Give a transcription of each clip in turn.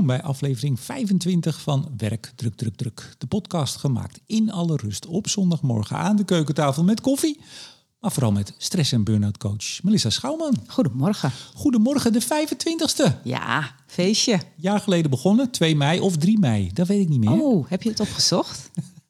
Welkom bij aflevering 25 van Werk, Druk, Druk, Druk. De podcast gemaakt in alle rust op zondagmorgen aan de keukentafel met koffie. Maar vooral met stress- en burn-out coach Melissa Schouwman. Goedemorgen. Goedemorgen, de 25ste. Ja, feestje. Jaar geleden begonnen, 2 mei of 3 mei. Dat weet ik niet meer. Oh, heb je het opgezocht?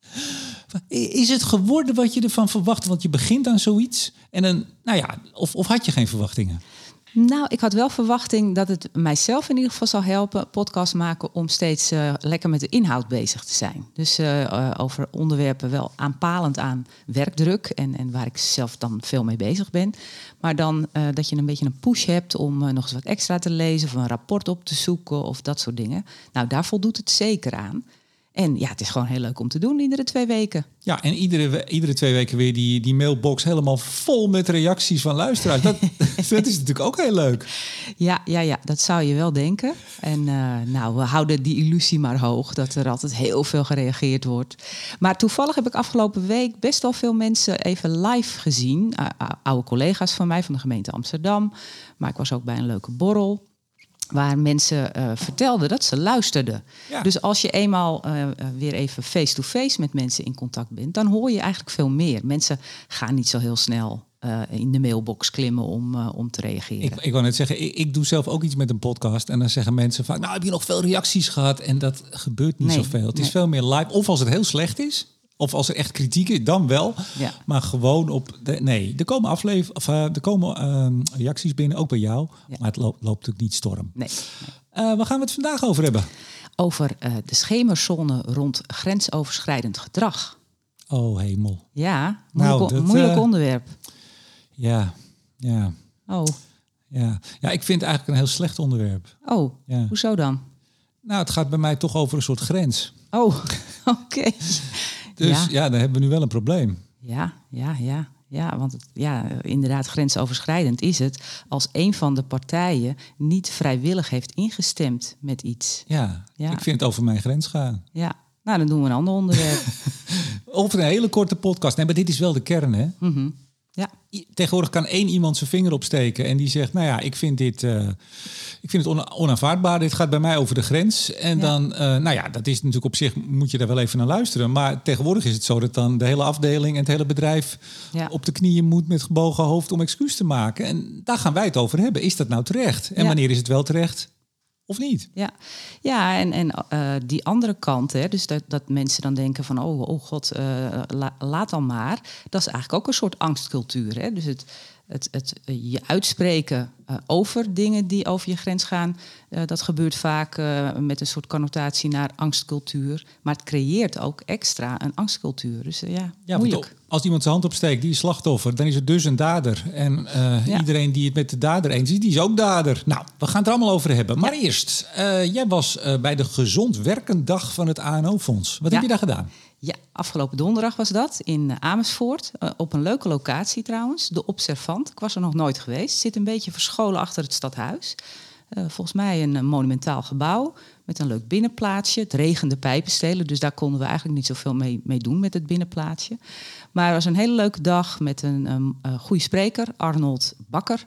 Is het geworden wat je ervan verwacht? Want je begint aan zoiets. En dan, of had je geen verwachtingen? Nou, ik had wel verwachting dat het mijzelf in ieder geval zou helpen, podcast maken, om steeds lekker met de inhoud bezig te zijn. Dus over onderwerpen wel aanpalend aan werkdruk en waar ik zelf dan veel mee bezig ben. Maar dan dat je een beetje een push hebt om nog eens wat extra te lezen of een rapport op te zoeken of dat soort dingen. Nou, daar voldoet het zeker aan. En ja, het is gewoon heel leuk om te doen, iedere 2 weken. Ja, en iedere 2 weken weer die mailbox helemaal vol met reacties van luisteraars. Dat is natuurlijk ook heel leuk. Ja, dat zou je wel denken. En we houden die illusie maar hoog, dat er altijd heel veel gereageerd wordt. Maar toevallig heb ik afgelopen week best wel veel mensen even live gezien. Oude collega's van mij van de gemeente Amsterdam. Maar ik was ook bij een leuke borrel, waar mensen vertelden dat ze luisterden. Ja. Dus als je eenmaal weer even face-to-face met mensen in contact bent, dan hoor je eigenlijk veel meer. Mensen gaan niet zo heel snel in de mailbox klimmen om te reageren. Ik wou net zeggen, ik doe zelf ook iets met een podcast. En dan zeggen mensen vaak, heb je nog veel reacties gehad? En dat gebeurt niet zoveel. Het is veel meer live. Of als het heel slecht is, of als er echt kritiek is, dan wel. Ja. Maar gewoon er komen reacties binnen, ook bij jou. Ja. Maar het loopt natuurlijk niet storm. Nee. Waar gaan we het vandaag over hebben? Over de schemerzone rond grensoverschrijdend gedrag. Oh, hemel. Ja, moeilijk onderwerp. Ja. Oh. Ja, ik vind het eigenlijk een heel slecht onderwerp. Oh, ja. Hoezo dan? Nou, het gaat bij mij toch over een soort grens. Oh, oké. Dus dan hebben we nu wel een probleem. Ja, want inderdaad, grensoverschrijdend is het als een van de partijen niet vrijwillig heeft ingestemd met iets. Ja, ik vind het over mijn grens gaan. Ja, nou dan doen we een ander onderwerp. Of een hele korte podcast. Nee, maar dit is wel de kern, hè? Mm-hmm. Ja. Tegenwoordig kan 1 iemand zijn vinger opsteken en die zegt, ik vind het onaanvaardbaar. Dit gaat bij mij over de grens. En dan, dat is natuurlijk op zich, moet je daar wel even naar luisteren. Maar tegenwoordig is het zo dat dan de hele afdeling en het hele bedrijf op de knieën moet met gebogen hoofd om excuus te maken. En daar gaan wij het over hebben. Is dat nou terecht? En wanneer is het wel terecht? Of niet? Ja, en die andere kant, hè, dus dat mensen dan denken van, oh god, laat dan maar. Dat is eigenlijk ook een soort angstcultuur. Hè? Dus het je uitspreken over dingen die over je grens gaan, dat gebeurt vaak met een soort connotatie naar angstcultuur. Maar het creëert ook extra een angstcultuur. Dus moeilijk. Als iemand zijn hand opsteekt, die is slachtoffer, dan is het dus een dader. En iedereen die het met de dader eens is, die is ook dader. Nou, we gaan het er allemaal over hebben. Maar eerst, jij was bij de Gezond Werkendag van het ANO-fonds. Wat heb je daar gedaan? Ja, afgelopen donderdag was dat in Amersfoort. Op een leuke locatie trouwens, de Observant. Ik was er nog nooit geweest. Zit een beetje verscholen achter het stadhuis. Volgens mij een monumentaal gebouw met een leuk binnenplaatsje. Het regende pijpenstelen, dus daar konden we eigenlijk niet zoveel mee doen met het binnenplaatsje. Maar het was een hele leuke dag met een goede spreker, Arnold Bakker.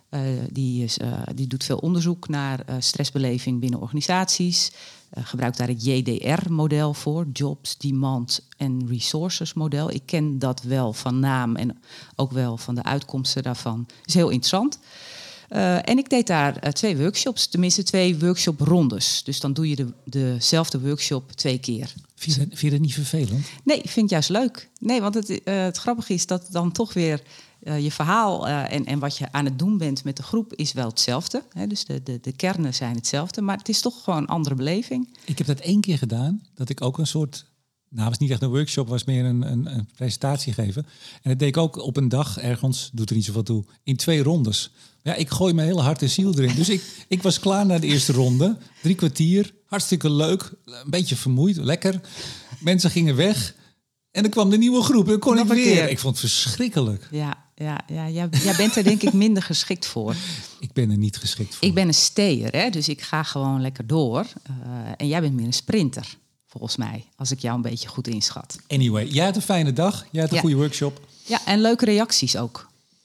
Die doet veel onderzoek naar stressbeleving binnen organisaties. Gebruikt daar het JDR-model voor, Jobs, Demand en Resources model. Ik ken dat wel van naam en ook wel van de uitkomsten daarvan. Het is heel interessant. En ik deed daar 2 workshops, tenminste 2 workshoprondes. Dus dan doe je dezelfde workshop 2 keer. Vind je dat niet vervelend? Nee, ik vind het juist leuk. Nee, want het grappige is dat dan toch weer je verhaal en wat je aan het doen bent met de groep is wel hetzelfde. Hè? Dus de kernen zijn hetzelfde, maar het is toch gewoon een andere beleving. Ik heb dat 1 keer gedaan, dat ik ook een soort, het was niet echt een workshop, was meer een presentatie geven. En dat deed ik ook op een dag ergens, doet er niet zoveel toe, in 2 rondes. Ja, ik gooi mijn hele hart en ziel erin. Dus ik was klaar na de eerste ronde. 3 kwartier, hartstikke leuk, een beetje vermoeid, lekker. Mensen gingen weg en dan kwam de nieuwe groep en kon ik weer. Ik vond het verschrikkelijk. Ja, jij bent er denk ik minder geschikt voor. Ik ben er niet geschikt voor. Ik ben een steer, hè, dus ik ga gewoon lekker door. En jij bent meer een sprinter, volgens mij, als ik jou een beetje goed inschat. Anyway, jij had een fijne dag, jij had een goede workshop. Ja, en leuke reacties ook.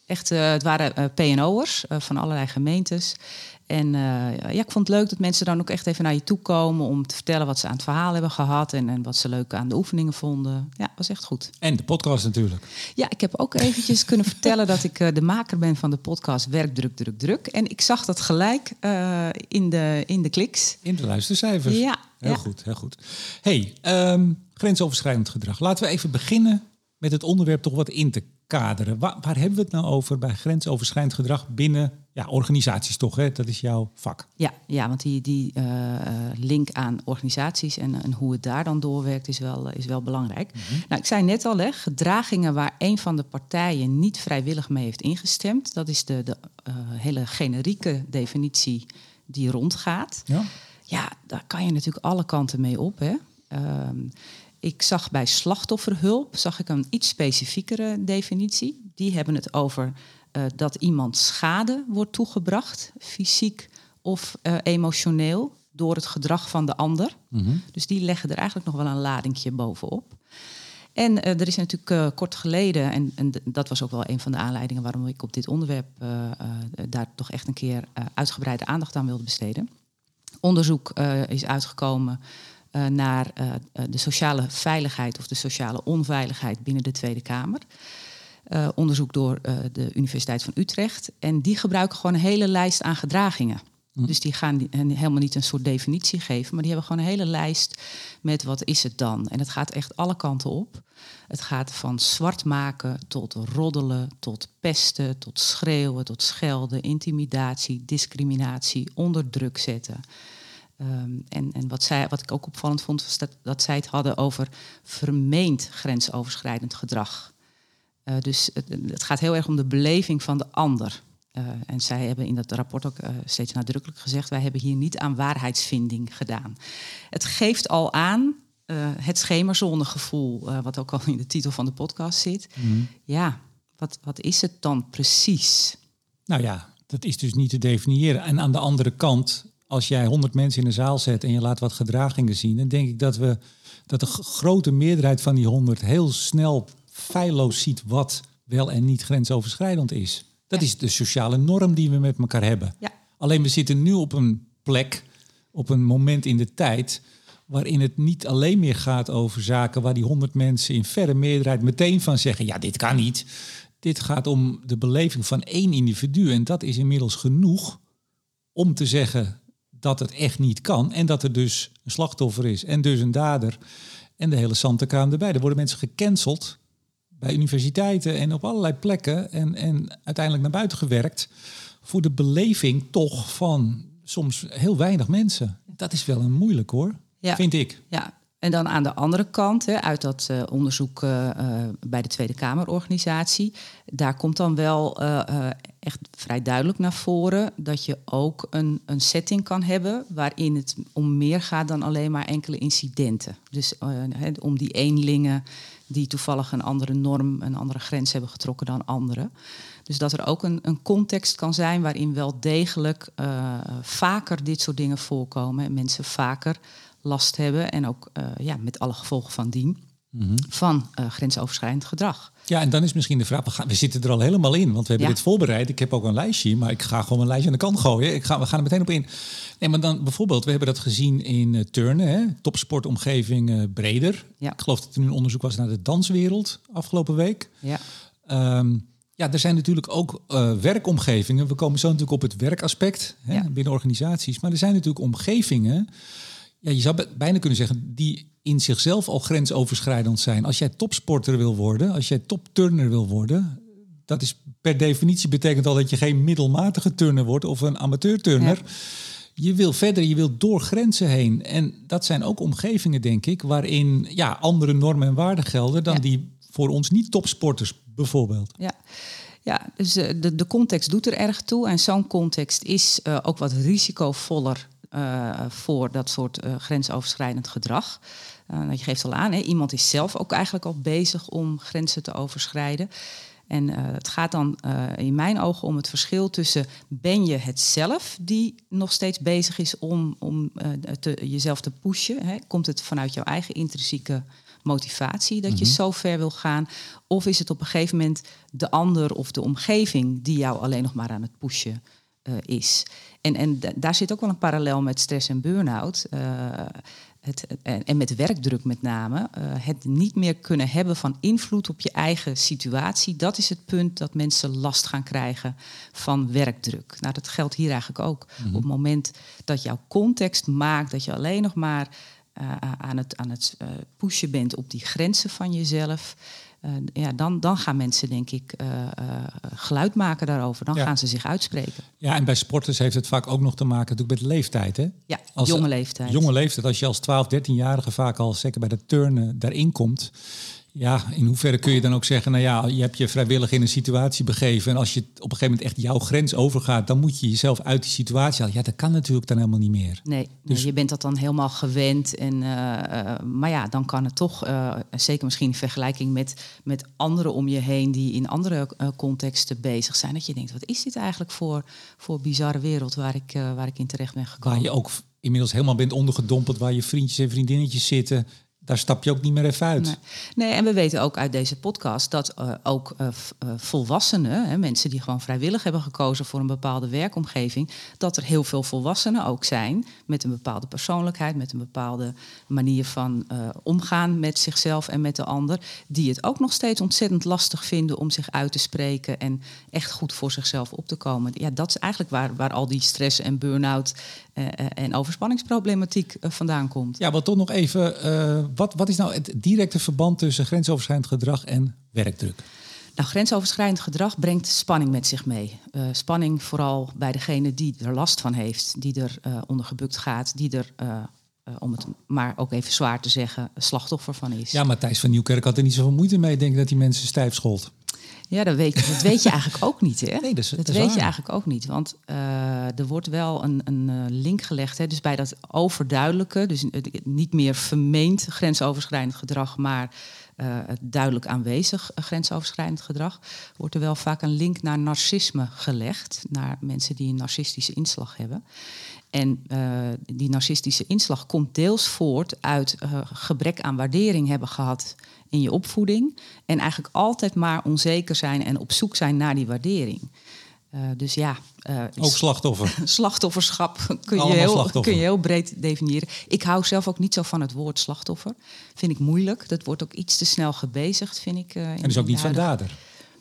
Echt, het waren PNO'ers van allerlei gemeentes. En ik vond het leuk dat mensen dan ook echt even naar je toe komen om te vertellen wat ze aan het verhaal hebben gehad en wat ze leuk aan de oefeningen vonden. Ja, was echt goed. En de podcast natuurlijk. Ja, ik heb ook eventjes kunnen vertellen dat ik de maker ben van de podcast Werk, Druk. En ik zag dat gelijk in de kliks. In de luistercijfers. Ja. Heel goed, heel goed. Hey, grensoverschrijdend gedrag. Laten we even beginnen met het onderwerp toch wat in te kaderen. Waar hebben we het nou over bij grensoverschrijdend gedrag binnen organisaties toch? Hè? Dat is jouw vak. Ja, want die link aan organisaties en hoe het daar dan doorwerkt is wel belangrijk. Mm-hmm. Nou, ik zei net al, gedragingen waar een van de partijen niet vrijwillig mee heeft ingestemd. Dat is de hele generieke definitie die rondgaat. Ja, daar kan je natuurlijk alle kanten mee op. Hè? Ik zag bij slachtofferhulp een iets specifiekere definitie. Die hebben het over dat iemand schade wordt toegebracht, fysiek of emotioneel, door het gedrag van de ander. Mm-hmm. Dus die leggen er eigenlijk nog wel een ladingje bovenop. En er is natuurlijk kort geleden, en dat was ook wel een van de aanleidingen waarom ik op dit onderwerp daar toch echt een keer uitgebreide aandacht aan wilde besteden. Onderzoek is uitgekomen naar de sociale veiligheid of de sociale onveiligheid binnen de Tweede Kamer. Onderzoek door de Universiteit van Utrecht. En die gebruiken gewoon een hele lijst aan gedragingen. Dus die gaan helemaal niet een soort definitie geven, maar die hebben gewoon een hele lijst met wat is het dan. En het gaat echt alle kanten op. Het gaat van zwart maken tot roddelen, tot pesten, tot schreeuwen, tot schelden, intimidatie, discriminatie, onder druk zetten. En wat ik ook opvallend vond, was dat zij het hadden over vermeend grensoverschrijdend gedrag. Dus het gaat heel erg om de beleving van de ander. En zij hebben in dat rapport ook steeds nadrukkelijk gezegd, wij hebben hier niet aan waarheidsvinding gedaan. Het geeft al aan het schemerzonegevoel, wat ook al in de titel van de podcast zit. Mm. Ja, wat is het dan precies? Nou ja, dat is dus niet te definiëren. En aan de andere kant, als jij 100 mensen in een zaal zet en je laat wat gedragingen zien, dan denk ik dat de grote meerderheid van die 100 heel snel feilloos ziet wat wel en niet grensoverschrijdend is. Dat is de sociale norm die we met elkaar hebben. Ja. Alleen we zitten nu op een plek, op een moment in de tijd, waarin het niet alleen meer gaat over zaken waar die 100 mensen in verre meerderheid meteen van zeggen, ja, dit kan niet. Dit gaat om de beleving van één individu. En dat is inmiddels genoeg om te zeggen dat het echt niet kan. En dat er dus een slachtoffer is en dus een dader. En de hele zantekraan erbij. Er worden mensen gecanceld bij universiteiten en op allerlei plekken en uiteindelijk naar buiten gewerkt voor de beleving toch van soms heel weinig mensen. Dat is wel een moeilijk hoor, vind ik. Ja, en dan aan de andere kant, uit dat onderzoek bij de Tweede Kamerorganisatie, daar komt dan wel echt vrij duidelijk naar voren dat je ook een setting kan hebben waarin het om meer gaat dan alleen maar enkele incidenten. Dus om die eenlingen die toevallig een andere norm, een andere grens hebben getrokken dan anderen. Dus dat er ook een context kan zijn waarin wel degelijk vaker dit soort dingen voorkomen en mensen vaker last hebben en ook met alle gevolgen van dien, van grensoverschrijdend gedrag. Ja, en dan is misschien de vraag, we zitten er al helemaal in, want we hebben dit voorbereid. Ik heb ook een lijstje, maar ik ga gewoon een lijstje aan de kant gooien. We gaan er meteen op in. Nee, maar dan bijvoorbeeld, we hebben dat gezien in turnen, topsportomgeving breder. Ja. Ik geloof dat er nu een onderzoek was naar de danswereld afgelopen week. Ja. Er zijn natuurlijk ook werkomgevingen. We komen zo natuurlijk op het werkaspect binnen organisaties. Maar er zijn natuurlijk omgevingen, je zou bijna kunnen zeggen, die in zichzelf al grensoverschrijdend zijn. Als jij topsporter wil worden, als jij topturner wil worden, dat is per definitie betekent al dat je geen middelmatige turner wordt of een amateurturner. Ja. Je wil verder, je wil door grenzen heen. En dat zijn ook omgevingen, denk ik, waarin andere normen en waarden gelden dan die voor ons niet topsporters bijvoorbeeld. Ja, dus de context doet er erg toe. En zo'n context is ook wat risicovoller voor dat soort grensoverschrijdend gedrag. Je geeft al aan, iemand is zelf ook eigenlijk al bezig om grenzen te overschrijden. En het gaat dan in mijn ogen om het verschil tussen ben je het zelf die nog steeds bezig is om jezelf te pushen. Komt het vanuit jouw eigen intrinsieke motivatie dat je zo ver wil gaan? Of is het op een gegeven moment de ander of de omgeving die jou alleen nog maar aan het pushen is? En daar zit ook wel een parallel met stress en burn-out. En met werkdruk met name. Het niet meer kunnen hebben van invloed op je eigen situatie. Dat is het punt dat mensen last gaan krijgen van werkdruk. Nou, dat geldt hier eigenlijk ook. Op het moment dat jouw context maakt dat je alleen nog maar aan het pushen bent op die grenzen van jezelf. Dan gaan mensen, denk ik, geluid maken daarover. Dan gaan ze zich uitspreken. Ja, en bij sporters heeft het vaak ook nog te maken natuurlijk met leeftijd. Hè? Ja, jonge leeftijd. Jonge leeftijd. Als je als 12, 13-jarige vaak al, zeker bij de turnen, daarin komt. Ja, in hoeverre kun je dan ook zeggen, nou ja, je hebt je vrijwillig in een situatie begeven. En als je op een gegeven moment echt jouw grens overgaat, dan moet je jezelf uit die situatie halen. Ja, dat kan natuurlijk dan helemaal niet meer. Nee, je bent dat dan helemaal gewend. Maar ja, dan kan het toch, zeker misschien in vergelijking met anderen om je heen die in andere contexten bezig zijn. Dat je denkt, wat is dit eigenlijk voor bizarre wereld waar ik in terecht ben gekomen? Waar je ook inmiddels helemaal bent ondergedompeld, waar je vriendjes en vriendinnetjes zitten. Daar stap je ook niet meer even uit. Nee, en we weten ook uit deze podcast dat ook volwassenen, mensen die gewoon vrijwillig hebben gekozen voor een bepaalde werkomgeving, dat er heel veel volwassenen ook zijn met een bepaalde persoonlijkheid, met een bepaalde manier van omgaan met zichzelf en met de ander, die het ook nog steeds ontzettend lastig vinden om zich uit te spreken en echt goed voor zichzelf op te komen. Ja, dat is eigenlijk waar al die stress en burn-out en overspanningsproblematiek vandaan komt. Ja, maar toch nog even, wat is nou het directe verband tussen grensoverschrijdend gedrag en werkdruk? Nou, grensoverschrijdend gedrag brengt spanning met zich mee. Spanning vooral bij degene die er last van heeft, die er onder gebukt gaat, die er, om het maar ook even zwaar te zeggen, slachtoffer van is. Ja, Matthijs van Nieuwkerk had er niet zoveel moeite mee, denk ik, dat die mensen stijf schold. Ja, dat weet je eigenlijk ook niet, hè? Nee, dat weet je eigenlijk ook niet. Want er wordt wel een link gelegd. Hè? Dus bij dat overduidelijke, dus niet meer vermeend grensoverschrijdend gedrag, maar duidelijk aanwezig grensoverschrijdend gedrag, wordt er wel vaak een link naar narcisme gelegd. Naar mensen die een narcistische inslag hebben. En die narcistische inslag komt deels voort uit gebrek aan waardering hebben gehad in je opvoeding. En eigenlijk altijd maar onzeker zijn en op zoek zijn naar die waardering. Dus ja. Ook slachtoffer. Slachtofferschap kun je heel breed definiëren. Ik hou zelf ook niet zo van het woord slachtoffer. Vind ik moeilijk. Dat wordt ook iets te snel gebezigd, vind ik. En dus ook niet van dader.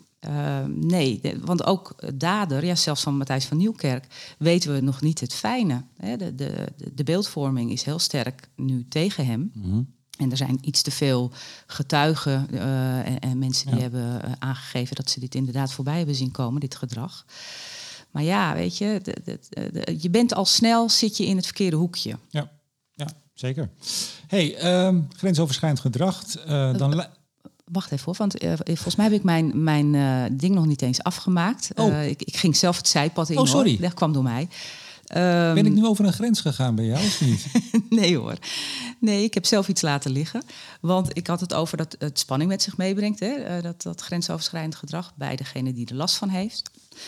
Nee, want ook dader, ja, zelfs van Matthijs van Nieuwkerk, weten we nog niet het fijne. Hè? De beeldvorming is heel sterk nu tegen hem. Mm-hmm. En er zijn iets te veel getuigen en mensen die hebben aangegeven dat ze dit inderdaad voorbij hebben zien komen, dit gedrag. Maar ja, weet je, je bent al snel, zit je in het verkeerde hoekje. Ja zeker. Hey, grensoverschrijdend gedrag, dan... Wacht even hoor, want volgens mij heb ik mijn ding nog niet eens afgemaakt. Ik ging zelf het zijpad in. Oh, sorry. Dat kwam door mij. Ben ik nu over een grens gegaan bij jou of niet? Nee hoor. Nee, ik heb zelf iets laten liggen. Want ik had het over dat het spanning met zich meebrengt. Hè? Dat grensoverschrijdend gedrag bij degene die er last van heeft.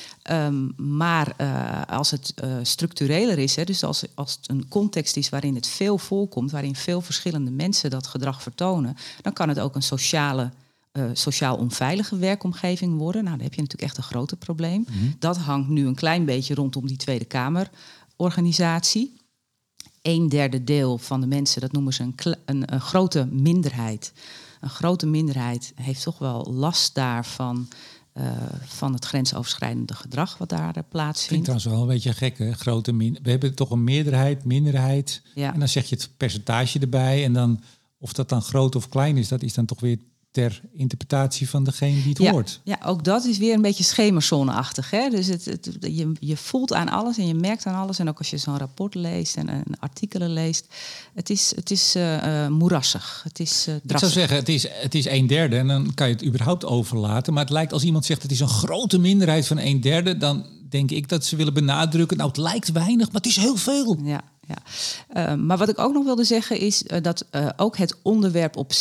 Maar als het structureler is, hè, dus als het een context is waarin het veel voorkomt, waarin veel verschillende mensen dat gedrag vertonen, dan kan het ook een sociaal onveilige werkomgeving worden. Nou, dan heb je natuurlijk echt een groter probleem. Mm-hmm. Dat hangt nu een klein beetje rondom die Tweede Kamerorganisatie. 1/3 deel van de mensen, dat noemen ze een grote minderheid. Een grote minderheid heeft toch wel last daarvan, van het grensoverschrijdende gedrag wat daar plaatsvindt. Klinkt trouwens wel een beetje gek, hè? We hebben toch een minderheid. Ja. En dan zeg je het percentage erbij. En dan, of dat dan groot of klein is, dat is dan toch weer ter interpretatie van degene die het hoort. Ja, ook dat is weer een beetje schemerzoneachtig. Hè? Dus je voelt aan alles en je merkt aan alles. En ook als je zo'n rapport leest en artikelen leest. Het is moerassig. Het is ik zou zeggen, het is 1/3 en dan kan je het überhaupt overlaten. Maar het lijkt als iemand zegt, het is een grote minderheid van 1/3... dan denk ik dat ze willen benadrukken, nou het lijkt weinig, maar het is heel veel. Ja. Maar wat ik ook nog wilde zeggen is dat ook het onderwerp op zich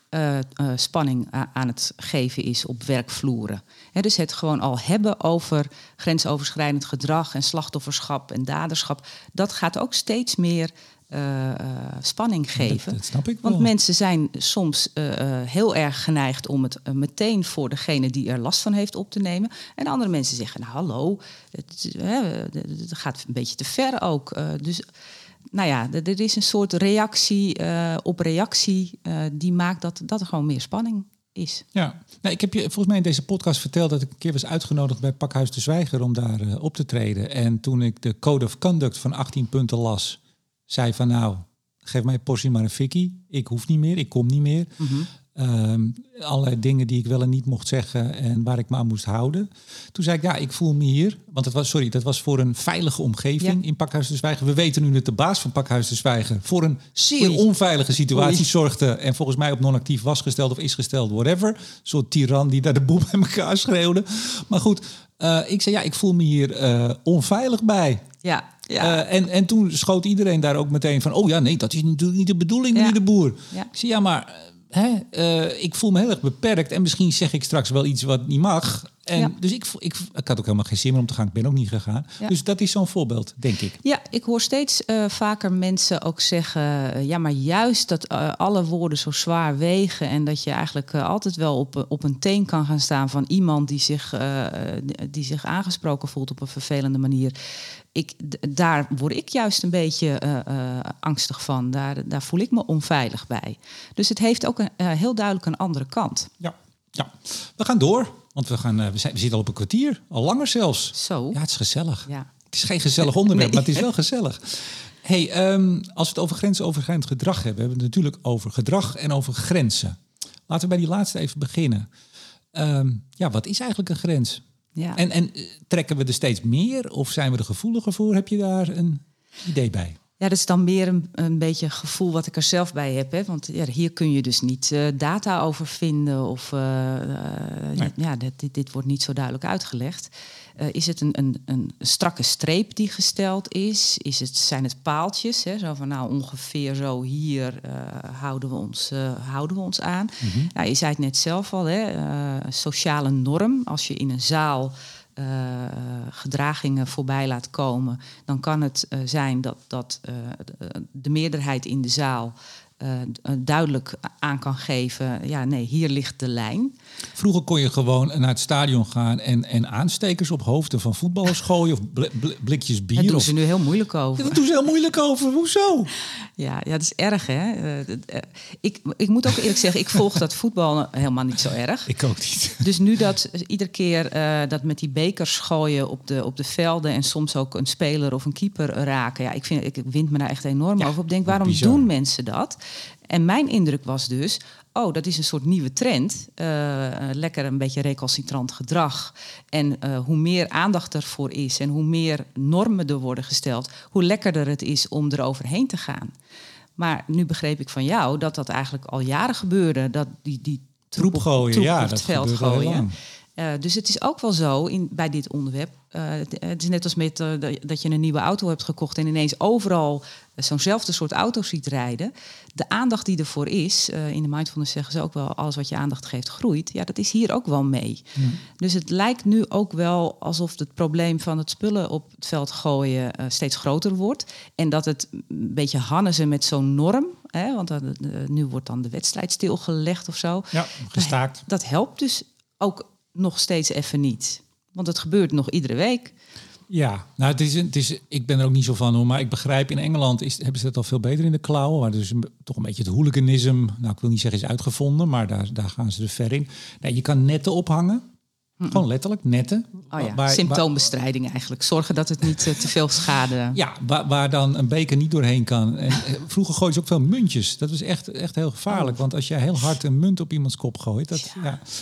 spanning aan het geven is op werkvloeren. Dus het gewoon al hebben over grensoverschrijdend gedrag en slachtofferschap en daderschap, dat gaat ook steeds meer spanning geven. Dat snap ik wel. Want mensen zijn soms heel erg geneigd om het meteen voor degene die er last van heeft op te nemen. En andere mensen zeggen, nou hallo, het gaat een beetje te ver ook. Dus nou ja, er is een soort reactie op reactie die maakt dat er gewoon meer spanning is. Ja, nou, ik heb je volgens mij in deze podcast verteld dat ik een keer was uitgenodigd bij Pakhuis de Zwijger om daar op te treden. En toen ik de Code of Conduct van 18 punten las, zei van nou, geef mij een portie maar een fikkie. Ik hoef niet meer, ik kom niet meer. Mm-hmm. Allerlei dingen die ik wel en niet mocht zeggen en waar ik me aan moest houden. Toen zei ik, ja, ik voel me hier. Want dat was voor een veilige omgeving in Pakhuis de Zwijger. We weten nu dat de baas van Pakhuis de Zwijger voor een zeer onveilige situatie zorgde. En volgens mij op non-actief was gesteld of is gesteld, whatever. Een soort tiran die daar de boel bij elkaar schreeuwde. Maar goed, ik zei, ja, ik voel me hier onveilig bij. Ja. En toen schoot iedereen daar ook meteen van, oh ja, nee, dat is natuurlijk niet de bedoeling, meneer de Boer. Ja. Ik zei, ja, maar ik voel me heel erg beperkt en misschien zeg ik straks wel iets wat niet mag. En dus ik had ook helemaal geen zin meer om te gaan. Ik ben ook niet gegaan. Ja. Dus dat is zo'n voorbeeld, denk ik. Ja, ik hoor steeds vaker mensen ook zeggen, ja, maar juist dat alle woorden zo zwaar wegen en dat je eigenlijk altijd wel op een teen kan gaan staan van iemand die zich aangesproken voelt op een vervelende manier. Daar word ik juist een beetje angstig van. Daar voel ik me onveilig bij. Dus het heeft ook heel duidelijk een andere kant. Ja. We gaan door. Want we zitten al op een kwartier. Al langer zelfs. Zo. Ja, het is gezellig. Ja. Het is geen gezellig onderwerp, maar het is wel gezellig. Hey, als we het over grensoverschrijdend gedrag hebben we het natuurlijk over gedrag en over grenzen. Laten we bij die laatste even beginnen. Wat is eigenlijk een grens? Ja. En trekken we er steeds meer of zijn we er gevoeliger voor? Heb je daar een idee bij? Ja, dat is dan meer een beetje een gevoel wat ik er zelf bij heb. Hè? Want hier kun je dus niet data over vinden. Of dit wordt niet zo duidelijk uitgelegd. Is het een strakke streep die gesteld is? Zijn het paaltjes? Hè? Zo van nou ongeveer zo hier houden we ons aan. Mm-hmm. Nou, je zei het net zelf al, hè? Sociale norm. Als je in een zaal gedragingen voorbij laat komen, dan kan het zijn dat de meerderheid in de zaal duidelijk aan kan geven, ja, nee, hier ligt de lijn. Vroeger kon je gewoon naar het stadion gaan en aanstekers op hoofden van voetballers gooien of blikjes bier. Daar doen ze nu heel moeilijk over. Ja, dat doen ze heel moeilijk over. Hoezo? Ja, dat is erg, hè? Ik moet ook eerlijk zeggen, ik volg dat voetbal helemaal niet zo erg. Ik ook niet. Dus nu dat iedere keer dat met die bekers gooien op de velden en soms ook een speler of een keeper raken. Ja, ik wind me daar echt enorm over op. Denk, waarom bizar doen mensen dat? En mijn indruk was dus, dat is een soort nieuwe trend. Lekker een beetje recalcitrant gedrag. En hoe meer aandacht ervoor is en hoe meer normen er worden gesteld, hoe lekkerder het is om eroverheen te gaan. Maar nu begreep ik van jou dat eigenlijk al jaren gebeurde. Dat die troep op het veld gooien. Dus het is ook wel zo bij dit onderwerp. Het is net als met dat je een nieuwe auto hebt gekocht en ineens overal zo'nzelfde soort auto's ziet rijden. De aandacht die ervoor is, in de mindfulness zeggen ze ook wel, alles wat je aandacht geeft groeit. Ja, dat is hier ook wel mee. Mm. Dus het lijkt nu ook wel alsof het probleem van het spullen op het veld gooien steeds groter wordt. En dat het een beetje hannezen met zo'n norm, hè, want nu wordt dan de wedstrijd stilgelegd of zo. Ja, gestaakt. Dat helpt dus ook nog steeds even niet. Want het gebeurt nog iedere week. Ja, nou het is, ik ben er ook niet zo van hoor. Maar ik begrijp, in Engeland hebben ze het al veel beter in de klauwen. Maar dus toch een beetje het hooliganisme. Nou, ik wil niet zeggen is uitgevonden, maar daar gaan ze er ver in. Nee, je kan netten ophangen. Gewoon letterlijk, netten. Oh ja, symptoombestrijding eigenlijk. Zorgen dat het niet te veel schade... Ja, waar dan een beker niet doorheen kan. En vroeger gooiden ze ook veel muntjes. Dat was echt heel gevaarlijk. Want als jij heel hard een munt op iemands kop gooit...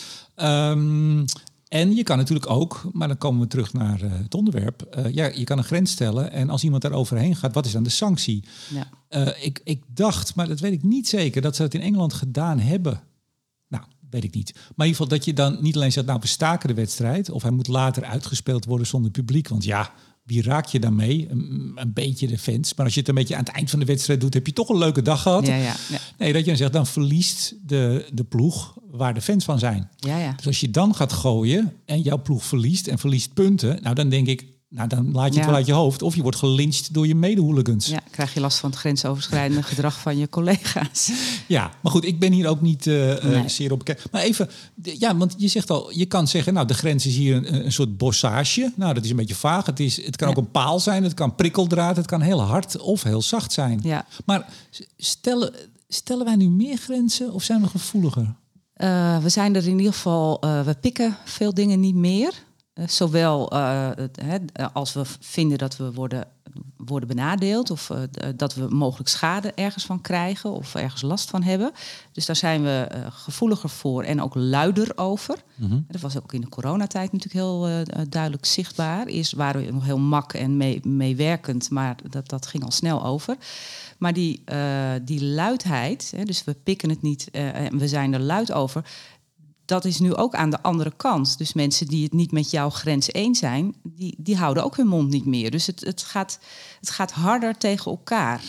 En je kan natuurlijk ook, maar dan komen we terug naar het onderwerp. Je kan een grens stellen en als iemand daar overheen gaat, wat is dan de sanctie? Ja. Ik dacht, maar dat weet ik niet zeker, dat ze dat in Engeland gedaan hebben. Nou, weet ik niet. Maar in ieder geval dat je dan niet alleen zegt, nou we staken de wedstrijd, of hij moet later uitgespeeld worden zonder publiek. Want ja, wie raak je daarmee? Een beetje de fans. Maar als je het een beetje aan het eind van de wedstrijd doet, heb je toch een leuke dag gehad. Ja. Nee, dat je dan zegt, dan verliest de ploeg waar de fans van zijn. Ja. Dus als je dan gaat gooien en jouw ploeg verliest en verliest punten, nou dan denk ik, nou dan laat je het wel uit je hoofd. Of je wordt gelyncht door je medehooligans. Ja, krijg je last van het grensoverschrijdende gedrag van je collega's. Ja, maar goed, ik ben hier ook niet zeer op bekend. Maar even, want je zegt al, je kan zeggen, nou de grens is hier een soort bossage. Nou, dat is een beetje vaag. Het kan ook een paal zijn, het kan prikkeldraad, het kan heel hard of heel zacht zijn. Ja. Maar stellen wij nu meer grenzen of zijn we gevoeliger? We zijn er in ieder geval, we pikken veel dingen niet meer. Zowel als we vinden dat we worden benadeeld of dat we mogelijk schade ergens van krijgen of ergens last van hebben. Dus daar zijn we gevoeliger voor en ook luider over. Mm-hmm. Dat was ook in de coronatijd natuurlijk heel duidelijk zichtbaar. Eerst waren we nog heel mak en meewerkend, maar dat ging al snel over. Maar die luidheid, dus we pikken het niet en we zijn er luid over, dat is nu ook aan de andere kant. Dus mensen die het niet met jouw grens eens zijn, die houden ook hun mond niet meer. Dus het gaat harder tegen elkaar.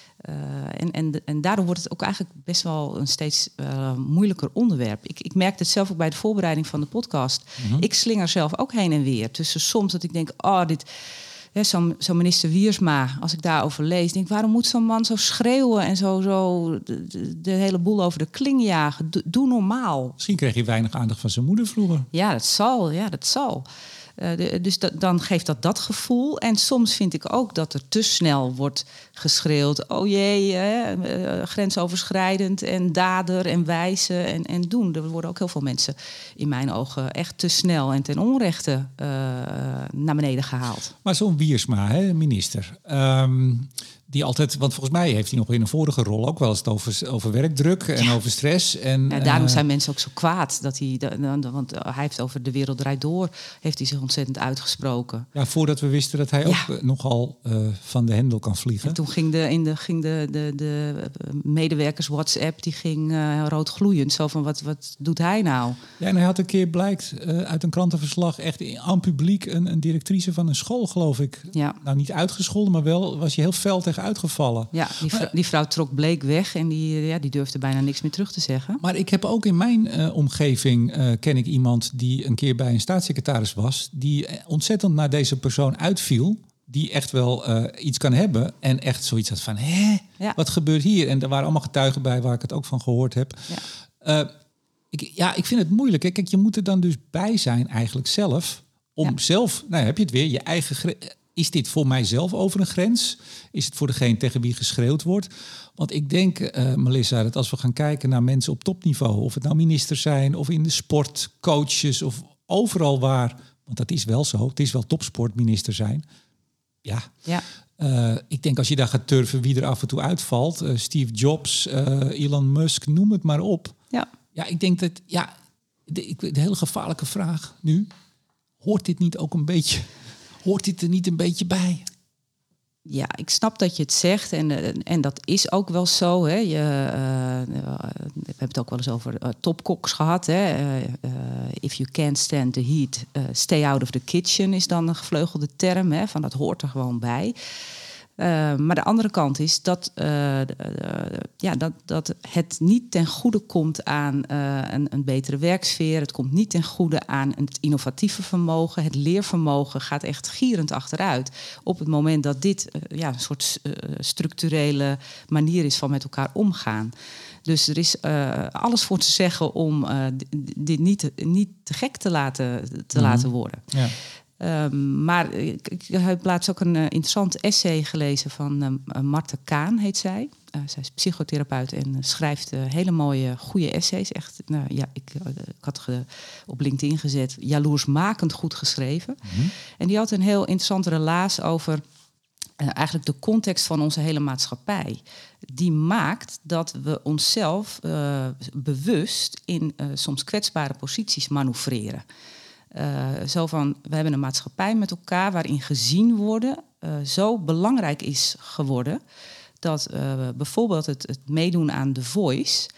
En daardoor wordt het ook eigenlijk best wel een steeds moeilijker onderwerp. Ik merkte het zelf ook bij de voorbereiding van de podcast. Mm-hmm. Ik slinger zelf ook heen en weer. Tussen soms dat ik denk, zo'n minister Wiersma, als ik daarover lees, denk waarom moet zo'n man zo schreeuwen en zo de hele boel over de kling jagen? Doe normaal. Misschien kreeg hij weinig aandacht van zijn moeder vroeger. Ja, dat zal. Dus dan geeft dat gevoel. En soms vind ik ook dat er te snel wordt geschreeuwd. Oh jee, grensoverschrijdend en dader en wijzen en doen. Er worden ook heel veel mensen in mijn ogen echt te snel en ten onrechte naar beneden gehaald. Maar zo'n Wiersma, minister, die altijd, want volgens mij heeft hij nog in een vorige rol ook wel eens over werkdruk en over stress. En, daarom zijn mensen ook zo kwaad. Want hij heeft over De Wereld Draait Door, heeft hij zich ontzettend uitgesproken. Ja, voordat we wisten dat hij ook nogal van de hendel kan vliegen. En toen ging de medewerkers WhatsApp, die ging rood gloeiend. Zo van, wat doet hij nou? Ja, en hij had een keer, blijkt uit een krantenverslag, echt aan publiek een directrice van een school, geloof ik. Ja. Nou, niet uitgescholden, maar wel was hij heel fel tegen uitgevallen. Ja, die vrouw trok bleek weg en die durfde bijna niks meer terug te zeggen. Maar ik heb ook in mijn omgeving, ken ik iemand die een keer bij een staatssecretaris was, die ontzettend naar deze persoon uitviel, die echt wel iets kan hebben en echt zoiets had van, wat gebeurt hier? En er waren allemaal getuigen bij waar ik het ook van gehoord heb. Ja. Ik vind het moeilijk. Hè? Kijk, je moet er dan dus bij zijn eigenlijk zelf, om zelf, heb je het weer, je eigen is dit voor mijzelf over een grens? Is het voor degene tegen wie geschreeuwd wordt? Want ik denk, Melissa, dat als we gaan kijken naar mensen op topniveau, of het nou ministers zijn, of in de sport, coaches, of overal waar, want dat is wel zo, het is wel topsportminister zijn. Ja. Ik denk als je daar gaat turven wie er af en toe uitvalt, Steve Jobs, Elon Musk, noem het maar op. Ja, ik denk dat, de hele gevaarlijke vraag nu, hoort dit er niet een beetje bij? Ja, ik snap dat je het zegt en dat is ook wel zo. Hè. We hebben het ook wel eens over topkoks gehad. Hè. If you can't stand the heat, stay out of the kitchen is dan een gevleugelde term. Hè, van dat hoort er gewoon bij. Maar de andere kant is dat het niet ten goede komt aan een betere werksfeer. Het komt niet ten goede aan het innovatieve vermogen. Het leervermogen gaat echt gierend achteruit. Op het moment dat dit een soort structurele manier is van met elkaar omgaan. Dus er is alles voor te zeggen om dit niet te gek te laten worden. Ja. Maar ik heb laatst ook een interessant essay gelezen van Marta Kaan, heet zij. Zij is psychotherapeut en schrijft hele mooie, goede essays. Echt, ik had op LinkedIn gezet, jaloersmakend goed geschreven. Mm-hmm. En die had een heel interessante relaas over eigenlijk de context van onze hele maatschappij. Die maakt dat we onszelf bewust in soms kwetsbare posities manoeuvreren. Zo van, we hebben een maatschappij met elkaar waarin gezien worden zo belangrijk is geworden dat bijvoorbeeld het meedoen aan The Voice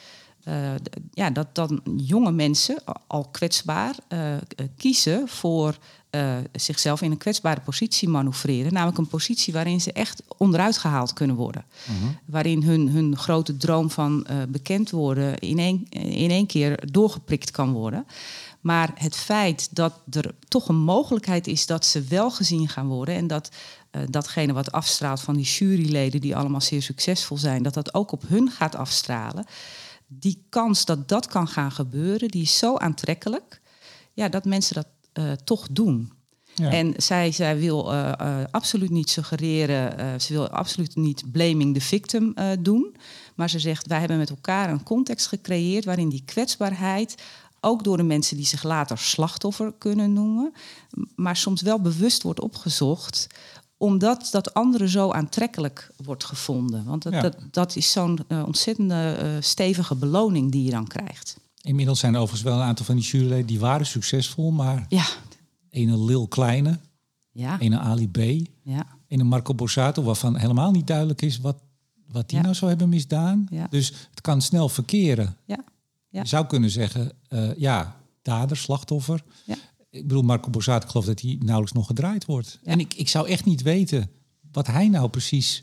dat dan jonge mensen, al kwetsbaar, kiezen voor zichzelf in een kwetsbare positie manoeuvreren. Namelijk een positie waarin ze echt onderuit gehaald kunnen worden. Waarin hun grote droom van bekend worden in één keer doorgeprikt kan worden. Maar het feit dat er toch een mogelijkheid is dat ze wel gezien gaan worden... en dat datgene wat afstraalt van die juryleden die allemaal zeer succesvol zijn... dat ook op hun gaat afstralen. Die kans dat dat kan gaan gebeuren, die is zo aantrekkelijk... dat mensen dat toch doen. Ja. En zij wil absoluut niet suggereren... ze wil absoluut niet blaming the victim doen. Maar ze zegt, wij hebben met elkaar een context gecreëerd... waarin die kwetsbaarheid... ook door de mensen die zich later slachtoffer kunnen noemen... maar soms wel bewust wordt opgezocht... omdat dat andere zo aantrekkelijk wordt gevonden. Want dat is zo'n ontzettende stevige beloning die je dan krijgt. Inmiddels zijn er overigens wel een aantal van die juryleden... die waren succesvol, maar... ene Lil Kleine, ene Ali B... ene Marco Borsato... waarvan helemaal niet duidelijk is wat die nou zou hebben misdaan. Ja. Dus het kan snel verkeren. Ja. Je zou kunnen zeggen, dader, slachtoffer. Ja. Ik bedoel, Marco Borsato, ik geloof dat hij nauwelijks nog gedraaid wordt. Ja. En ik zou echt niet weten wat hij nou precies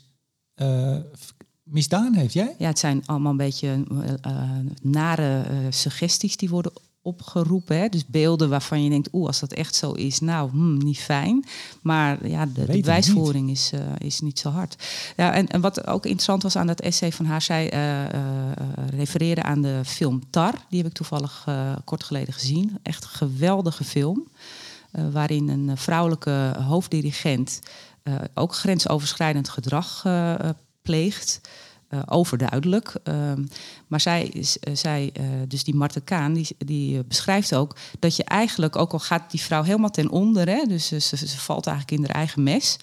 misdaan heeft. Jij? Ja, het zijn allemaal een beetje nare suggesties die worden opgeroepen. Hè? Dus beelden waarvan je denkt, als dat echt zo is, niet fijn. Maar de bewijsvoering is niet zo hard. Ja, en wat ook interessant was aan dat essay van haar, zij refereerde aan de film Tar. Die heb ik toevallig kort geleden gezien. Echt een geweldige film. Waarin een vrouwelijke hoofddirigent ook grensoverschrijdend gedrag pleegt. Overduidelijk. Maar zij dus die Marten Kaan, die beschrijft ook... dat je eigenlijk, ook al gaat die vrouw helemaal ten onder... Hè, dus ze valt eigenlijk in haar eigen mes...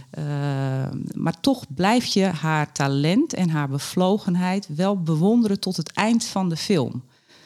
maar toch blijf je haar talent en haar bevlogenheid... wel bewonderen tot het eind van de film.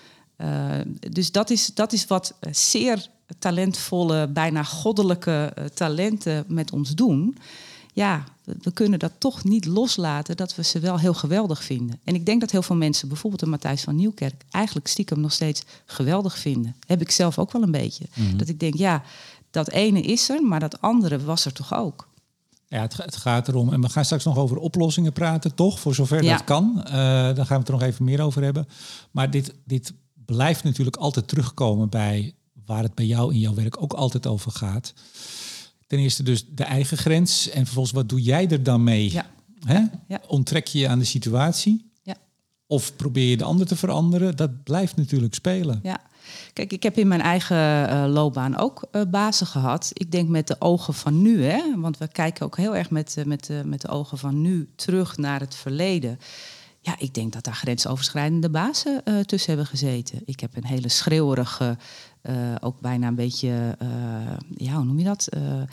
Dus dat is wat zeer talentvolle, bijna goddelijke talenten met ons doen... Ja, we kunnen dat toch niet loslaten dat we ze wel heel geweldig vinden. En ik denk dat heel veel mensen, bijvoorbeeld de Matthijs van Nieuwkerk... eigenlijk stiekem nog steeds geweldig vinden. Heb ik zelf ook wel een beetje. Dat ik denk, dat ene is er, maar dat andere was er toch ook. Ja, het gaat erom. En we gaan straks nog over oplossingen praten, toch? Voor zover dat kan. Daar gaan we het er nog even meer over hebben. Maar dit blijft natuurlijk altijd terugkomen bij... waar het bij jou in jouw werk ook altijd over gaat... Ten eerste dus de eigen grens. En vervolgens, wat doe jij er dan mee? Ja. Hè? Ja. Onttrek je je aan de situatie? Ja. Of probeer je de ander te veranderen? Dat blijft natuurlijk spelen. Ja. Kijk, ik heb in mijn eigen loopbaan ook bazen gehad. Ik denk met de ogen van nu. Hè? Want we kijken ook heel erg met de ogen van nu terug naar het verleden. Ja, ik denk dat daar grensoverschrijdende bazen tussen hebben gezeten. Ik heb een hele schreeuwerige... ook bijna een beetje, hoe noem je dat?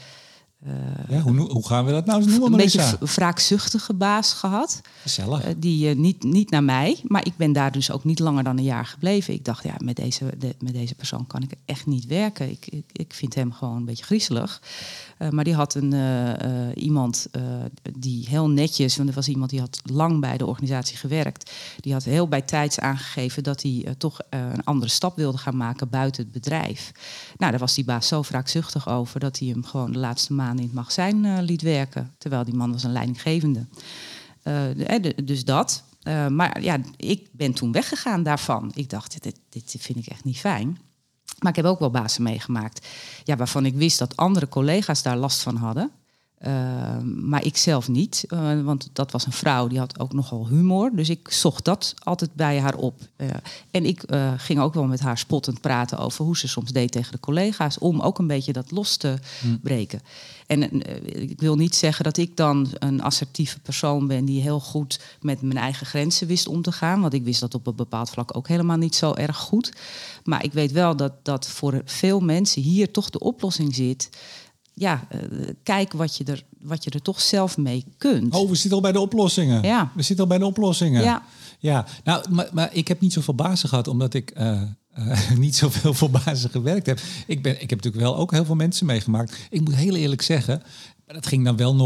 Hoe gaan we dat nou eens noemen, Marissa? Een beetje wraakzuchtige baas gehad. Gezellig. Die niet naar mij, maar ik ben daar dus ook niet langer dan een jaar gebleven. Ik dacht, met deze persoon kan ik echt niet werken. Ik vind hem gewoon een beetje griezelig. Maar die had iemand die heel netjes... want er was iemand die had lang bij de organisatie gewerkt... die had heel bijtijds aangegeven dat hij toch een andere stap wilde gaan maken... buiten het bedrijf. Nou, daar was die baas zo wraakzuchtig over... dat hij hem gewoon de laatste maanden in het magazijn liet werken. Terwijl die man was een leidinggevende. Dus dat. Maar ik ben toen weggegaan daarvan. Ik dacht, dit vind ik echt niet fijn. Maar ik heb ook wel bazen meegemaakt... waarvan ik wist dat andere collega's daar last van hadden. Maar ik zelf niet. Want dat was een vrouw, die had ook nogal humor. Dus ik zocht dat altijd bij haar op. En ik ging ook wel met haar spottend praten... over hoe ze soms deed tegen de collega's... om ook een beetje dat los te breken. En ik wil niet zeggen dat ik dan een assertieve persoon ben... die heel goed met mijn eigen grenzen wist om te gaan. Want ik wist dat op een bepaald vlak ook helemaal niet zo erg goed. Maar ik weet wel dat voor veel mensen hier toch de oplossing zit... kijk wat je er toch zelf mee kunt. Oh, we zitten al bij de oplossingen. Ja. We zitten al bij de oplossingen. Ja. Nou, maar ik heb niet zoveel bazen gehad... omdat ik niet zoveel voor bazen gewerkt heb. Ik heb natuurlijk wel ook heel veel mensen meegemaakt. Ik moet heel eerlijk zeggen... maar dat ging dan wel nog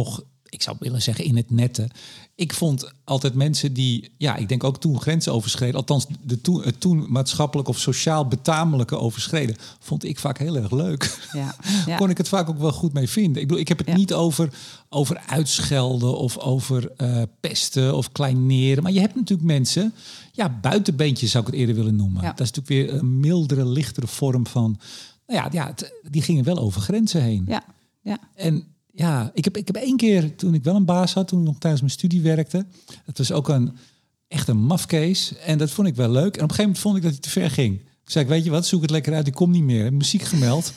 ik zou willen zeggen in het nette. Ik vond altijd mensen die, ik denk ook toen grenzen overschreden, althans het toen maatschappelijk of sociaal betamelijke overschreden, vond ik vaak heel erg leuk. Ja. Kon ik het vaak ook wel goed mee vinden. Ik bedoel, ik heb het niet over uitschelden of over pesten of kleineren. Maar je hebt natuurlijk mensen, buitenbeentjes zou ik het eerder willen noemen. Ja. Dat is natuurlijk weer een mildere, lichtere vorm van, die gingen wel over grenzen heen. Ja. En ik heb 1 keer, toen ik wel een baas had, toen ik nog tijdens mijn studie werkte. Het was ook echt een mafkees. En dat vond ik wel leuk. En op een gegeven moment vond ik dat hij te ver ging. Toen zei ik, weet je wat, zoek het lekker uit, ik kom niet meer. Ik heb muziek gemeld.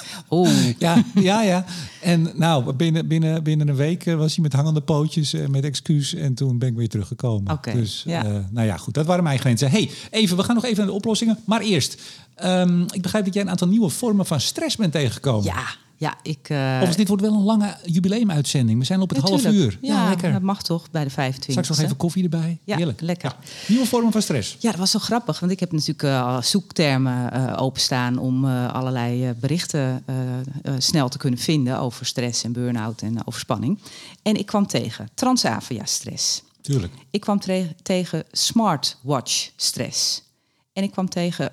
Ja. En nou, binnen een week was hij met hangende pootjes, met excuus. En toen ben ik weer teruggekomen. Okay, dus goed, dat waren mijn grenzen. Hey, we gaan nog even naar de oplossingen. Maar eerst, ik begrijp dat jij een aantal nieuwe vormen van stress bent tegengekomen. Ja, Of dit wordt wel een lange jubileumuitzending. We zijn op het half uur. Ja, lekker. Dat mag toch bij de 25e. Straks nog even koffie erbij. Ja, heerlijk. Lekker. Ja. Nieuwe vormen van stress. Ja, dat was zo grappig. Want ik heb natuurlijk zoektermen openstaan om allerlei berichten snel te kunnen vinden over stress en burn-out en overspanning. En ik kwam tegen Transavia-stress. Tuurlijk. Ik kwam tegen smartwatch-stress. En ik kwam tegen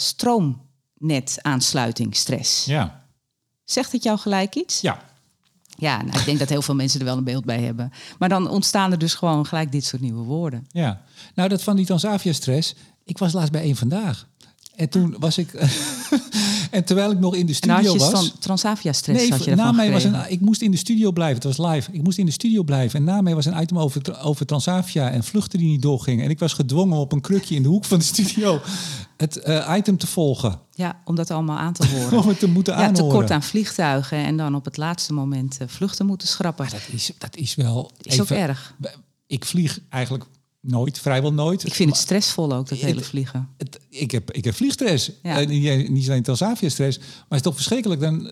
stroomnet-aansluiting-stress. Ja. Zegt het jou gelijk iets? Ja. Ja, ik denk dat heel veel mensen er wel een beeld bij hebben. Maar dan ontstaan er dus gewoon gelijk dit soort nieuwe woorden. Ja. Nou, dat van die Transavia-stress. Ik was laatst bij Eén Vandaag. En toen was ik... en terwijl ik nog in de studio was... Transavia-stress had je na mij gekregen. ik moest in de studio blijven. Het was live. Ik moest in de studio blijven. En na mij was een item over Transavia en vluchten die niet doorgingen. En ik was gedwongen op een krukje in de hoek van de studio het item te volgen. Ja, om dat allemaal aan te horen. Om het te moeten aanhoren. Tekort aan vliegtuigen en dan op het laatste moment vluchten moeten schrappen. Maar dat is wel... Is ook erg. Ik vlieg eigenlijk nooit, vrijwel nooit. Ik vind het stressvol ook, dat hele vliegen. Ik heb vliegstress. Ja. Niet alleen Transavia-stress, maar het is toch verschrikkelijk. Dan,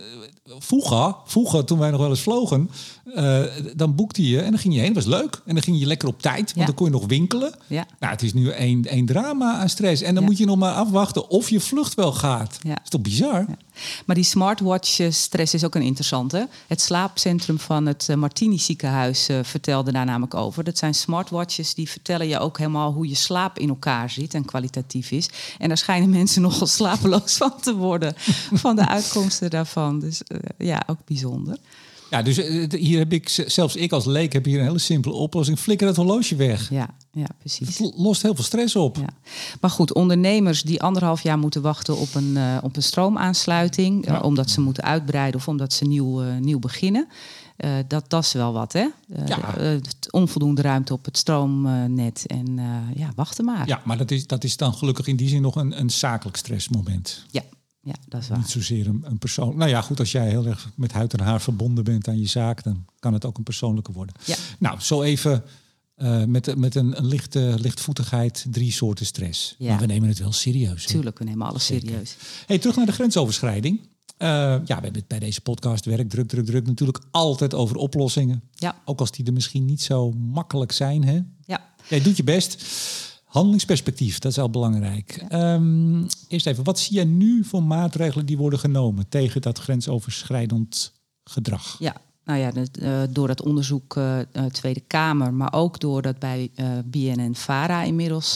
vroeger, toen wij nog wel eens vlogen, dan boekte je en dan ging je heen. Dat was leuk. En dan ging je lekker op tijd, want dan kon je nog winkelen. Ja. Nou, het is nu één drama aan stress. En dan moet je nog maar afwachten of je vlucht wel gaat. Ja. Dat is toch bizar? Ja. Maar die smartwatch-stress is ook een interessante. Het slaapcentrum van het Martini ziekenhuis vertelde daar namelijk over. Dat zijn smartwatches die vertellen je ook helemaal hoe je slaap in elkaar zit en kwalitatief is. En daar schijnen mensen nogal slapeloos van te worden, van de uitkomsten daarvan. Dus ook bijzonder. Ja, dus hier heb zelfs ik als leek heb hier een hele simpele oplossing. Flikker het horloge weg. Ja, precies. Het lost heel veel stress op. Ja. Maar goed, ondernemers die 1,5 jaar moeten wachten op een stroomaansluiting, omdat ze moeten uitbreiden of omdat ze nieuw beginnen. Dat is wel wat, hè? Onvoldoende ruimte op het stroomnet en wachten maar. Ja, maar dat is dan gelukkig in die zin nog een zakelijk stressmoment. Ja, dat is waar. Niet zozeer een persoon. Nou ja, goed, als jij heel erg met huid en haar verbonden bent aan je zaak, dan kan het ook een persoonlijke worden. Ja. Nou, zo even met een lichtvoetigheid 3 soorten stress. Ja. Maar we nemen het wel serieus. Tuurlijk, we nemen alles serieus. Hey, terug naar de grensoverschrijding. We hebben het bij deze podcast druk natuurlijk altijd over oplossingen. Ja. Ook als die er misschien niet zo makkelijk zijn. Hè? Ja. Jij doet je best. Handelingsperspectief, dat is wel belangrijk. Ja. Eerst even, wat zie je nu voor maatregelen die worden genomen tegen dat grensoverschrijdend gedrag? Ja, nou ja, door dat onderzoek Tweede Kamer, maar ook doordat bij BNN-Vara inmiddels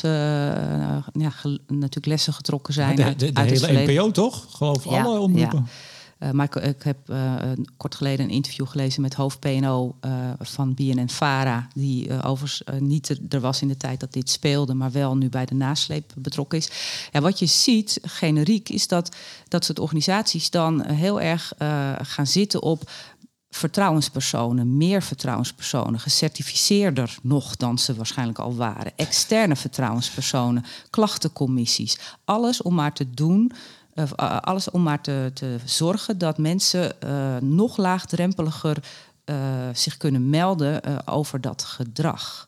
natuurlijk lessen getrokken zijn. De hele NPO toch? Geloof alle omroepen. Ja. Maar ik heb kort geleden een interview gelezen met hoofd PNO van BNN-Vara, die overigens niet er was in de tijd dat dit speelde, maar wel nu bij de nasleep betrokken is. Ja, wat je ziet, generiek, is dat soort organisaties dan heel erg gaan zitten op vertrouwenspersonen, meer vertrouwenspersonen, gecertificeerder nog dan ze waarschijnlijk al waren, externe vertrouwenspersonen, klachtencommissies, alles om maar te doen. Alles om maar te zorgen dat mensen nog laagdrempeliger zich kunnen melden over dat gedrag.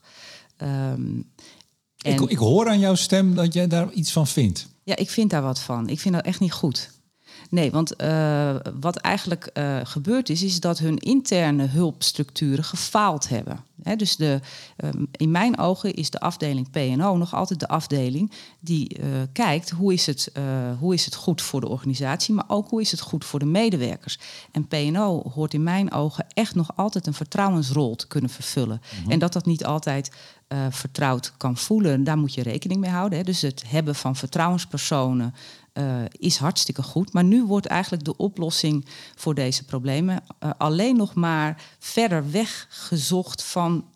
Ik hoor aan jouw stem dat jij daar iets van vindt. Ja, ik vind daar wat van. Ik vind dat echt niet goed. Nee, want wat eigenlijk gebeurd is dat hun interne hulpstructuren gefaald hebben. Dus in mijn ogen is de afdeling P&O nog altijd de afdeling die kijkt hoe is het goed voor de organisatie, maar ook hoe is het goed voor de medewerkers. En P&O hoort in mijn ogen echt nog altijd een vertrouwensrol te kunnen vervullen. Mm-hmm. En dat niet altijd vertrouwd kan voelen, daar moet je rekening mee houden. Dus het hebben van vertrouwenspersonen is hartstikke goed. Maar nu wordt eigenlijk de oplossing voor deze problemen alleen nog maar verder weggezocht van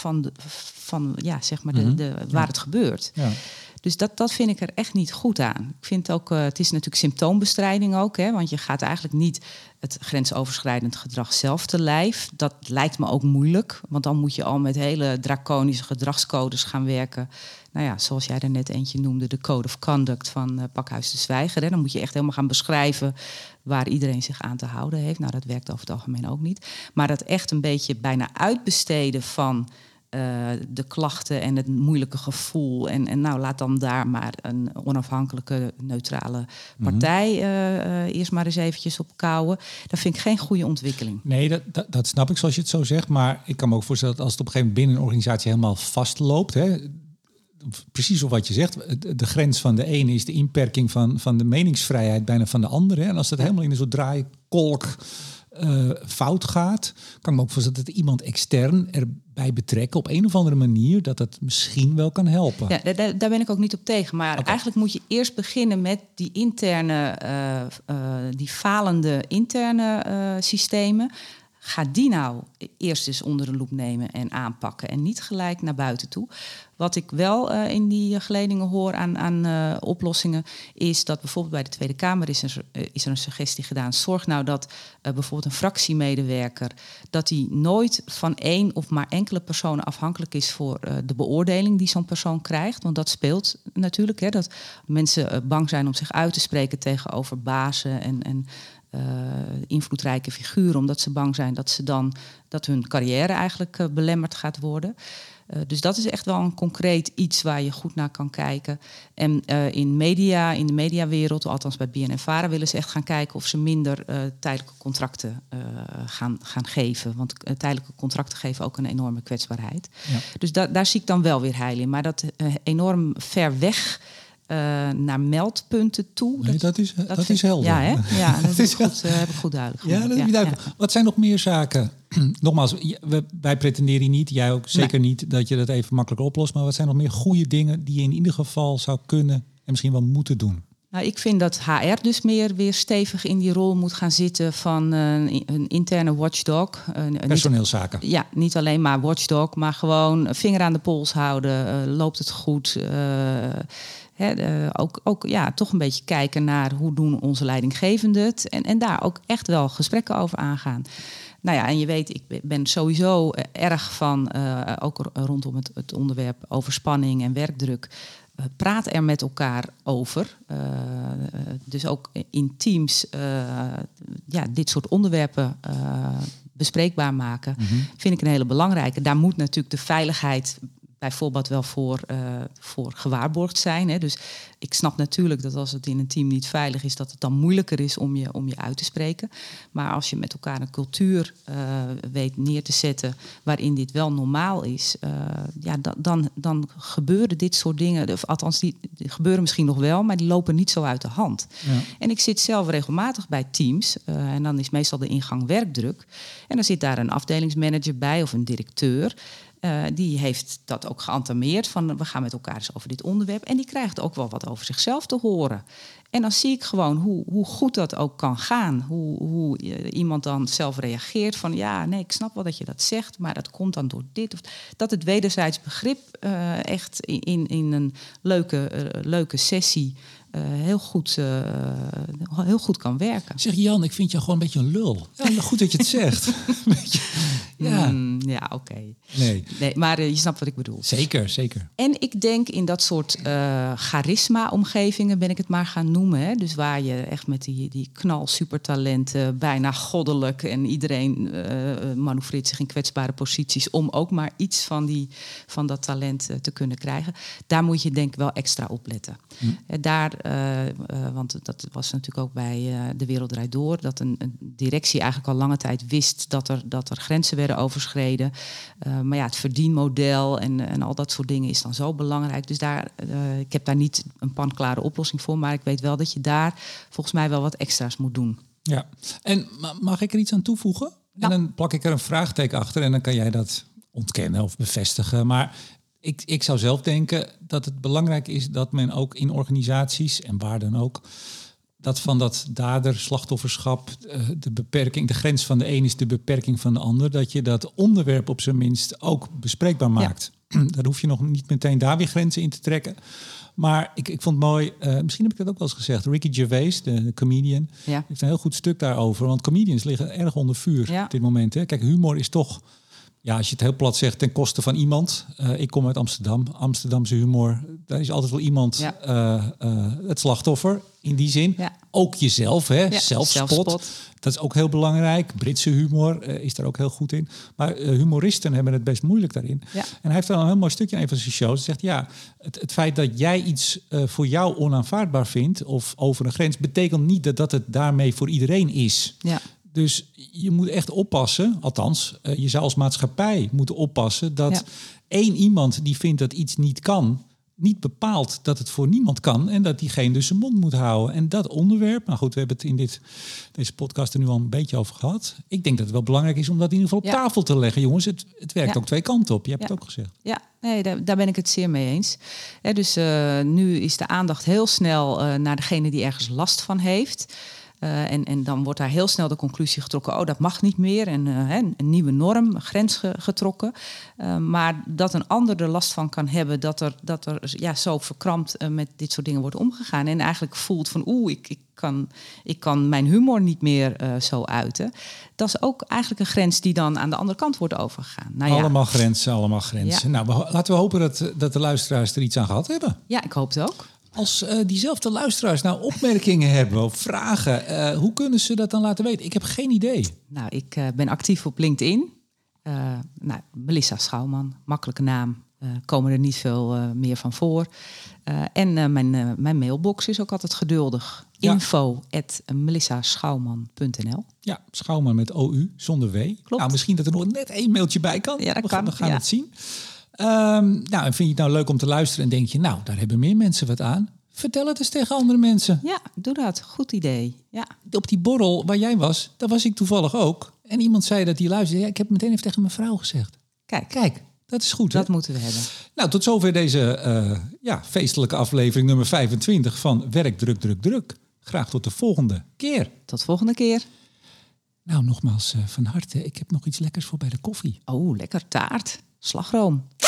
waar het gebeurt. Ja. Dus dat vind ik er echt niet goed aan. Ik vind ook, het is natuurlijk symptoombestrijding ook, want je gaat eigenlijk niet het grensoverschrijdend gedrag zelf te lijf. Dat lijkt me ook moeilijk, want dan moet je al met hele draconische gedragscodes gaan werken. Nou ja, zoals jij er net eentje noemde, de Code of Conduct van Pakhuis de Zwijger. Dan moet je echt helemaal gaan beschrijven waar iedereen zich aan te houden heeft. Nou, dat werkt over het algemeen ook niet. Maar dat echt een beetje bijna uitbesteden van de klachten en het moeilijke gevoel. En nou, laat dan daar maar een onafhankelijke, neutrale partij eerst maar eens eventjes op kouwen. Dat vind ik geen goede ontwikkeling. Nee, dat snap ik zoals je het zo zegt. Maar ik kan me ook voorstellen dat als het op een gegeven moment binnen een organisatie helemaal vastloopt, precies op wat je zegt, de grens van de ene is de inperking van de meningsvrijheid bijna van de andere. En als dat helemaal in een soort draaikolk fout gaat, kan ik me ook voorstellen dat iemand extern erbij betrekken op een of andere manier, dat het misschien wel kan helpen. Ja, daar ben ik ook niet op tegen. Maar eigenlijk moet je eerst beginnen met die interne, die falende interne systemen. Ga die nou eerst eens onder de loep nemen en aanpakken en niet gelijk naar buiten toe. Wat ik wel in die geledingen hoor aan oplossingen is dat bijvoorbeeld bij de Tweede Kamer is er een suggestie gedaan. Zorg nou dat bijvoorbeeld een fractiemedewerker, dat die nooit van één of maar enkele personen afhankelijk is voor de beoordeling die zo'n persoon krijgt. Want dat speelt natuurlijk, dat mensen bang zijn om zich uit te spreken tegenover bazen en invloedrijke figuren, omdat ze bang zijn dat hun carrière eigenlijk belemmerd gaat worden. Dus dat is echt wel een concreet iets waar je goed naar kan kijken. En in de mediawereld, althans bij BNNVARA, willen ze echt gaan kijken of ze minder tijdelijke contracten gaan geven. Want tijdelijke contracten geven ook een enorme kwetsbaarheid. Ja. Dus daar zie ik dan wel weer heil in. Maar dat enorm ver weg naar meldpunten toe. Nee, dat is helder. Ja, hè? Ja, dat is goed, heb ik goed duidelijk gemaakt. Ja, dat is duidelijk. Ja. Wat zijn nog meer zaken? Nogmaals, wij pretenderen niet, jij ook zeker niet, dat je dat even makkelijk oplost. Maar wat zijn nog meer goede dingen die je in ieder geval zou kunnen en misschien wel moeten doen? Nou, ik vind dat HR dus weer stevig in die rol moet gaan zitten van een interne watchdog. Personeelszaken. Niet alleen maar watchdog, maar gewoon vinger aan de pols houden. Loopt het goed? Toch een beetje kijken naar hoe doen onze leidinggevenden het. En daar ook echt wel gesprekken over aangaan. Nou ja, en je weet, ik ben sowieso erg van, ook rondom het onderwerp overspanning en werkdruk. Praat er met elkaar over. Dus ook in teams dit soort onderwerpen bespreekbaar maken. Vind ik een hele belangrijke. Daar moet natuurlijk de veiligheid bijvoorbeeld wel voor gewaarborgd zijn. Hè. Dus ik snap natuurlijk dat als het in een team niet veilig is, dat het dan moeilijker is om je uit te spreken. Maar als je met elkaar een cultuur weet neer te zetten waarin dit wel normaal is, dan gebeuren dit soort dingen. Althans, die gebeuren misschien nog wel, maar die lopen niet zo uit de hand. Ja. En ik zit zelf regelmatig bij teams. En dan is meestal de ingang werkdruk. En dan zit daar een afdelingsmanager bij of een directeur. Die heeft dat ook geantameerd van we gaan met elkaar eens over dit onderwerp. En die krijgt ook wel wat over zichzelf te horen. En dan zie ik gewoon hoe goed dat ook kan gaan. Hoe iemand dan zelf reageert van ik snap wel dat je dat zegt, maar dat komt dan door dit. Of dat het wederzijds begrip echt in een leuke sessie heel goed kan werken. Zeg Jan, ik vind jou gewoon een beetje een lul. Ja, goed dat je het zegt. Oké. Nee, maar je snapt wat ik bedoel. Zeker. En ik denk in dat soort charisma-omgevingen ben ik het maar gaan noemen. Hè? Dus waar je echt met die knal supertalenten, bijna goddelijk, en iedereen manoeuvreert zich in kwetsbare posities om ook maar iets van dat talent te kunnen krijgen. Daar moet je denk ik wel extra op letten. Daar want dat was natuurlijk ook bij De Wereld Draait Door, dat een directie eigenlijk al lange tijd wist dat er grenzen werden overschreden. Maar ja, het verdienmodel en al dat soort dingen is dan zo belangrijk. Dus ik heb daar niet een panklare oplossing voor, maar ik weet wel dat je daar volgens mij wel wat extra's moet doen. Ja, en mag ik er iets aan toevoegen? En dan plak ik er een vraagteken achter en dan kan jij dat ontkennen of bevestigen. Maar ik zou zelf denken dat het belangrijk is dat men ook in organisaties en waar dan ook, dat van dat dader-slachtofferschap, de beperking, de grens van de een is de beperking van de ander, dat je dat onderwerp op zijn minst ook bespreekbaar maakt. Ja. Daar hoef je nog niet meteen daar weer grenzen in te trekken. Maar ik vond het mooi, misschien heb ik dat ook wel eens gezegd, Ricky Gervais, de comedian, heeft een heel goed stuk daarover. Want comedians liggen erg onder vuur op dit moment. Hè. Kijk, humor is toch, ja, als je het heel plat zegt, ten koste van iemand. Ik kom uit Amsterdam. Amsterdamse humor, daar is altijd wel iemand het slachtoffer. In die zin. Ja. Ook jezelf, hè? Ja, zelfspot. Dat is ook heel belangrijk. Britse humor is daar ook heel goed in. Maar humoristen hebben het best moeilijk daarin. Ja. En hij heeft dan een heel mooi stukje in een van zijn shows. Hij zegt, het feit dat jij iets voor jou onaanvaardbaar vindt of over een grens, betekent niet dat het daarmee voor iedereen is. Ja. Dus je moet echt oppassen, althans, je zou als maatschappij moeten oppassen dat één iemand die vindt dat iets niet kan, niet bepaalt dat het voor niemand kan en dat diegene dus zijn mond moet houden. En dat onderwerp, nou goed, we hebben het in deze podcast er nu al een beetje over gehad. Ik denk dat het wel belangrijk is om dat in ieder geval op tafel te leggen. Jongens, het werkt ook twee kanten op. Je hebt het ook gezegd. Ja, nee, daar ben ik het zeer mee eens. Dus nu is de aandacht heel snel naar degene die ergens last van heeft. En dan wordt daar heel snel de conclusie getrokken, dat mag niet meer. En een nieuwe norm, een grens getrokken. Maar dat een ander er last van kan hebben, dat er zo verkrampt met dit soort dingen wordt omgegaan. En eigenlijk voelt van, ik kan mijn humor niet meer zo uiten. Dat is ook eigenlijk een grens die dan aan de andere kant wordt overgegaan. Nou, allemaal grenzen. Ja. Nou, laten we hopen dat de luisteraars er iets aan gehad hebben. Ja, ik hoop het ook. Als diezelfde luisteraars nou opmerkingen hebben of vragen, hoe kunnen ze dat dan laten weten? Ik heb geen idee. Nou, ik ben actief op LinkedIn. Melissa Schouwman, makkelijke naam. Komen er niet veel meer van voor. En mijn mailbox is ook altijd geduldig. Ja. info@melissaschouwman.nl. Ja, Schouwman met OU, zonder W. Klopt. Nou, misschien dat er nog net één mailtje bij kan. Ja, dat kan. We gaan het zien. En vind je het nou leuk om te luisteren en denk je, nou, daar hebben meer mensen wat aan? Vertel het eens tegen andere mensen. Ja, doe dat. Goed idee. Ja. Op die borrel waar jij was, daar was ik toevallig ook. En iemand zei dat hij luisterde. Ja, ik heb het meteen even tegen mijn vrouw gezegd. Kijk, dat is goed. Dat moeten we hebben. Nou, tot zover deze feestelijke aflevering nummer 25 van Werk Druk. Graag tot de volgende keer. Tot volgende keer. Nou, nogmaals van harte. Ik heb nog iets lekkers voor bij de koffie. Oh, lekker taart. Slagroom.